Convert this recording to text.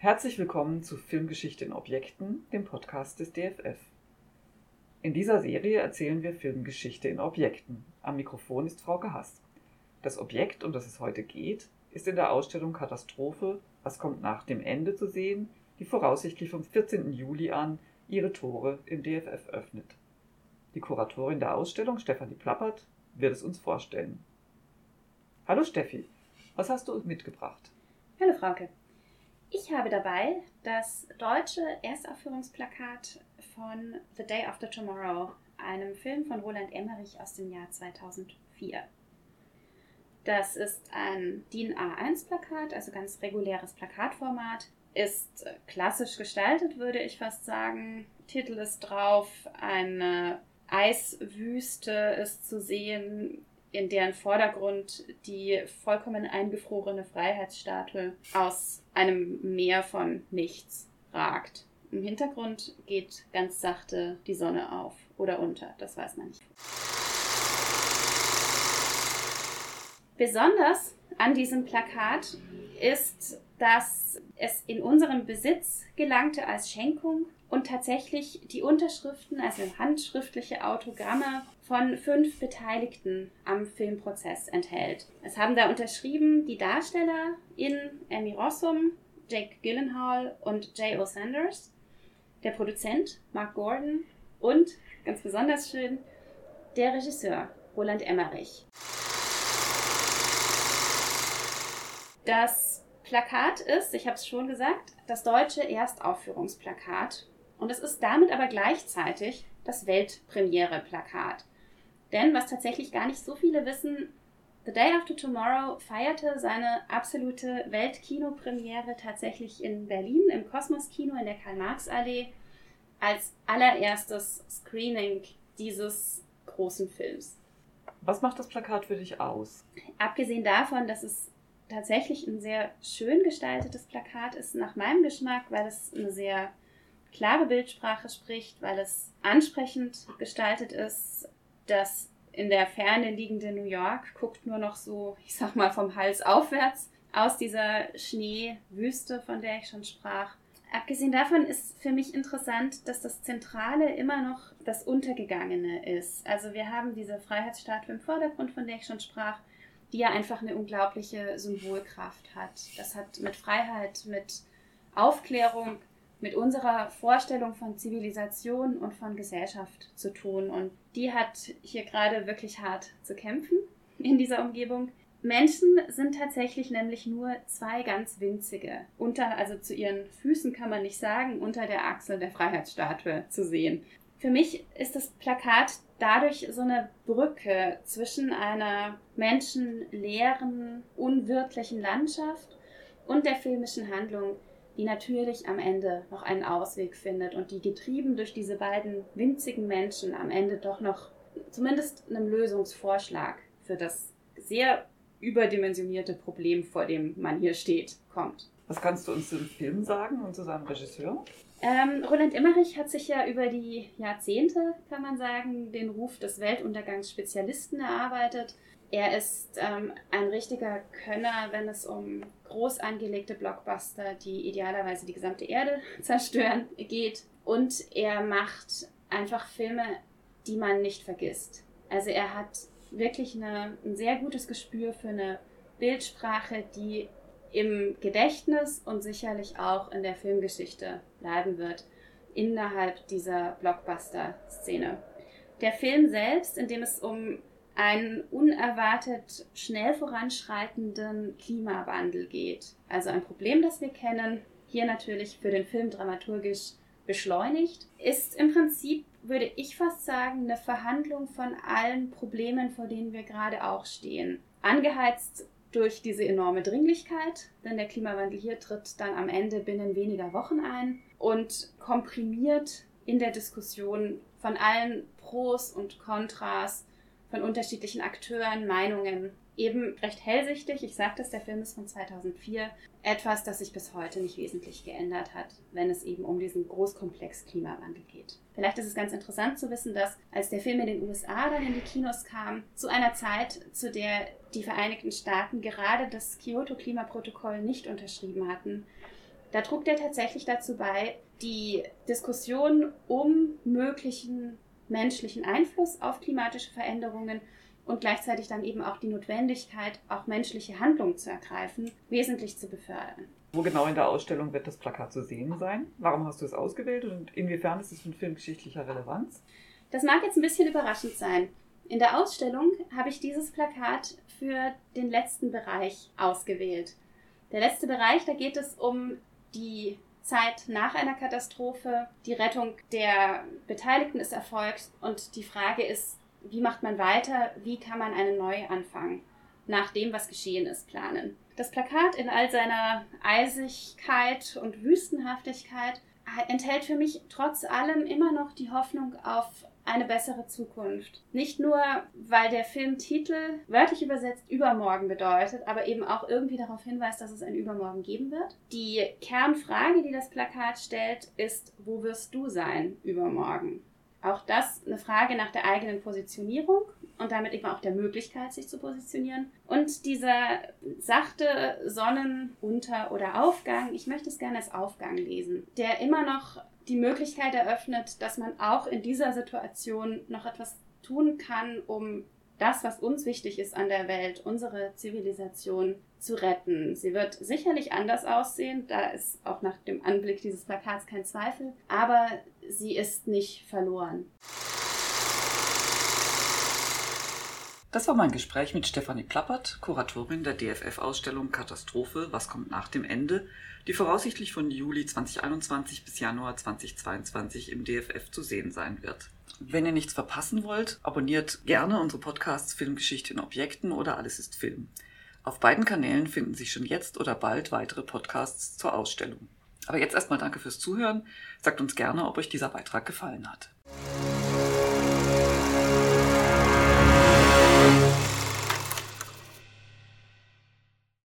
Herzlich willkommen zu Filmgeschichte in Objekten, dem Podcast des DFF. In dieser Serie erzählen wir Filmgeschichte in Objekten. Am Mikrofon ist Frauke Hass. Das Objekt, um das es heute geht, ist in der Ausstellung Katastrophe, was kommt nach dem Ende zu sehen, die voraussichtlich vom 14. Juli an ihre Tore im DFF öffnet. Die Kuratorin der Ausstellung, Stefanie Plappert, wird es uns vorstellen. Hallo Steffi, was hast du uns mitgebracht? Hallo Frauke. Ich habe dabei das deutsche Erstaufführungsplakat von The Day After Tomorrow, einem Film von Roland Emmerich aus dem Jahr 2004. Das ist ein DIN A1-Plakat, also ganz reguläres Plakatformat, ist klassisch gestaltet, würde ich fast sagen. Titel ist drauf, eine Eiswüste ist zu sehen, in deren Vordergrund die vollkommen eingefrorene Freiheitsstatue aus einem Meer von nichts ragt. Im Hintergrund geht ganz sachte die Sonne auf oder unter, das weiß man nicht. Besonders an diesem Plakat ist, dass es in unserem Besitz gelangte als Schenkung und tatsächlich die Unterschriften, also handschriftliche Autogramme von 5 Beteiligten am Filmprozess enthält. Es haben da unterschrieben die DarstellerInnen Emmy Rossum, Jake Gyllenhaal und J.O. Sanders, der Produzent Mark Gordon und, ganz besonders schön, der Regisseur Roland Emmerich. Das Plakat ist, ich habe es schon gesagt, das deutsche Erstaufführungsplakat und es ist damit aber gleichzeitig das Weltpremiere-Plakat. Denn, was tatsächlich gar nicht so viele wissen, The Day After Tomorrow feierte seine absolute Weltkinopremiere tatsächlich in Berlin im Kosmos-Kino in der Karl-Marx-Allee als allererstes Screening dieses großen Films. Was macht das Plakat für dich aus? Abgesehen davon, dass es tatsächlich ein sehr schön gestaltetes Plakat ist, nach meinem Geschmack, weil es eine sehr klare Bildsprache spricht, weil es ansprechend gestaltet ist. Das in der Ferne liegende New York guckt nur noch so, ich sag mal, vom Hals aufwärts aus dieser Schneewüste, von der ich schon sprach. Abgesehen davon ist für mich interessant, dass das Zentrale immer noch das Untergegangene ist. Also wir haben diese Freiheitsstatue im Vordergrund, von der ich schon sprach, die ja einfach eine unglaubliche Symbolkraft hat. Das hat mit Freiheit, mit Aufklärung, mit unserer Vorstellung von Zivilisation und von Gesellschaft zu tun. Und die hat hier gerade wirklich hart zu kämpfen in dieser Umgebung. Menschen sind tatsächlich nämlich nur 2 ganz winzige, also zu ihren Füßen kann man nicht sagen, unter der Achsel der Freiheitsstatue zu sehen. Für mich ist das Plakat dadurch so eine Brücke zwischen einer menschenleeren, unwirtlichen Landschaft und der filmischen Handlung, die natürlich am Ende noch einen Ausweg findet und die getrieben durch diese beiden winzigen Menschen am Ende doch noch zumindest einem Lösungsvorschlag für das sehr überdimensionierte Problem, vor dem man hier steht, kommt. Was kannst du uns zu dem Film sagen und zu seinem Regisseur? Roland Emmerich hat sich ja über die Jahrzehnte, kann man sagen, den Ruf des Weltuntergangsspezialisten erarbeitet. Er ist ein richtiger Könner, wenn es um groß angelegte Blockbuster, die idealerweise die gesamte Erde zerstören, geht. Und er macht einfach Filme, die man nicht vergisst. Also er hat wirklich ein sehr gutes Gespür für eine Bildsprache, die im Gedächtnis und sicherlich auch in der Filmgeschichte bleiben wird, innerhalb dieser Blockbuster-Szene. Der Film selbst, in dem es um einen unerwartet schnell voranschreitenden Klimawandel geht, also ein Problem, das wir kennen, hier natürlich für den Film dramaturgisch beschleunigt, ist im Prinzip, würde ich fast sagen, eine Verhandlung von allen Problemen, vor denen wir gerade auch stehen. Angeheizt durch diese enorme Dringlichkeit, denn der Klimawandel hier tritt dann am Ende binnen weniger Wochen ein und komprimiert in der Diskussion von allen Pros und Kontras, von unterschiedlichen Akteuren, Meinungen, eben recht hellsichtig. Ich sagte es, der Film ist von 2004, etwas, das sich bis heute nicht wesentlich geändert hat, wenn es eben um diesen Großkomplex Klimawandel geht. Vielleicht ist es ganz interessant zu wissen, dass als der Film in den USA dann in die Kinos kam, zu einer Zeit, zu der die Vereinigten Staaten gerade das Kyoto-Klimaprotokoll nicht unterschrieben hatten, Da trug der tatsächlich dazu bei, die Diskussion um möglichen menschlichen Einfluss auf klimatische Veränderungen und gleichzeitig dann eben auch die Notwendigkeit, auch menschliche Handlungen zu ergreifen, wesentlich zu befördern. Wo genau in der Ausstellung wird das Plakat zu sehen sein? Warum hast du es ausgewählt und inwiefern ist es von filmgeschichtlicher Relevanz? Das mag jetzt ein bisschen überraschend sein. In der Ausstellung habe ich dieses Plakat für den letzten Bereich ausgewählt. Der letzte Bereich, da geht es um die Zeit nach einer Katastrophe. Die Rettung der Beteiligten ist erfolgt und die Frage ist, wie macht man weiter? Wie kann man einen Neuanfang nach dem, was geschehen ist, planen? Das Plakat in all seiner Eisigkeit und Wüstenhaftigkeit enthält für mich trotz allem immer noch die Hoffnung auf eine bessere Zukunft. Nicht nur, weil der Filmtitel wörtlich übersetzt übermorgen bedeutet, aber eben auch irgendwie darauf hinweist, dass es ein Übermorgen geben wird. Die Kernfrage, die das Plakat stellt, ist, wo wirst du sein übermorgen? Auch das eine Frage nach der eigenen Positionierung und damit eben auch der Möglichkeit, sich zu positionieren. Und dieser sachte Sonnenunter- oder Aufgang, ich möchte es gerne als Aufgang lesen, der immer noch die Möglichkeit eröffnet, dass man auch in dieser Situation noch etwas tun kann, um das, was uns wichtig ist an der Welt, unsere Zivilisation zu retten. Sie wird sicherlich anders aussehen, da ist auch nach dem Anblick dieses Plakats kein Zweifel, aber sie ist nicht verloren. Das war mein Gespräch mit Stefanie Plappert, Kuratorin der DFF-Ausstellung Katastrophe, was kommt nach dem Ende, die voraussichtlich von Juli 2021 bis Januar 2022 im DFF zu sehen sein wird. Wenn ihr nichts verpassen wollt, abonniert gerne unsere Podcasts Filmgeschichte in Objekten oder Alles ist Film. Auf beiden Kanälen finden sich schon jetzt oder bald weitere Podcasts zur Ausstellung. Aber jetzt erstmal danke fürs Zuhören. Sagt uns gerne, ob euch dieser Beitrag gefallen hat.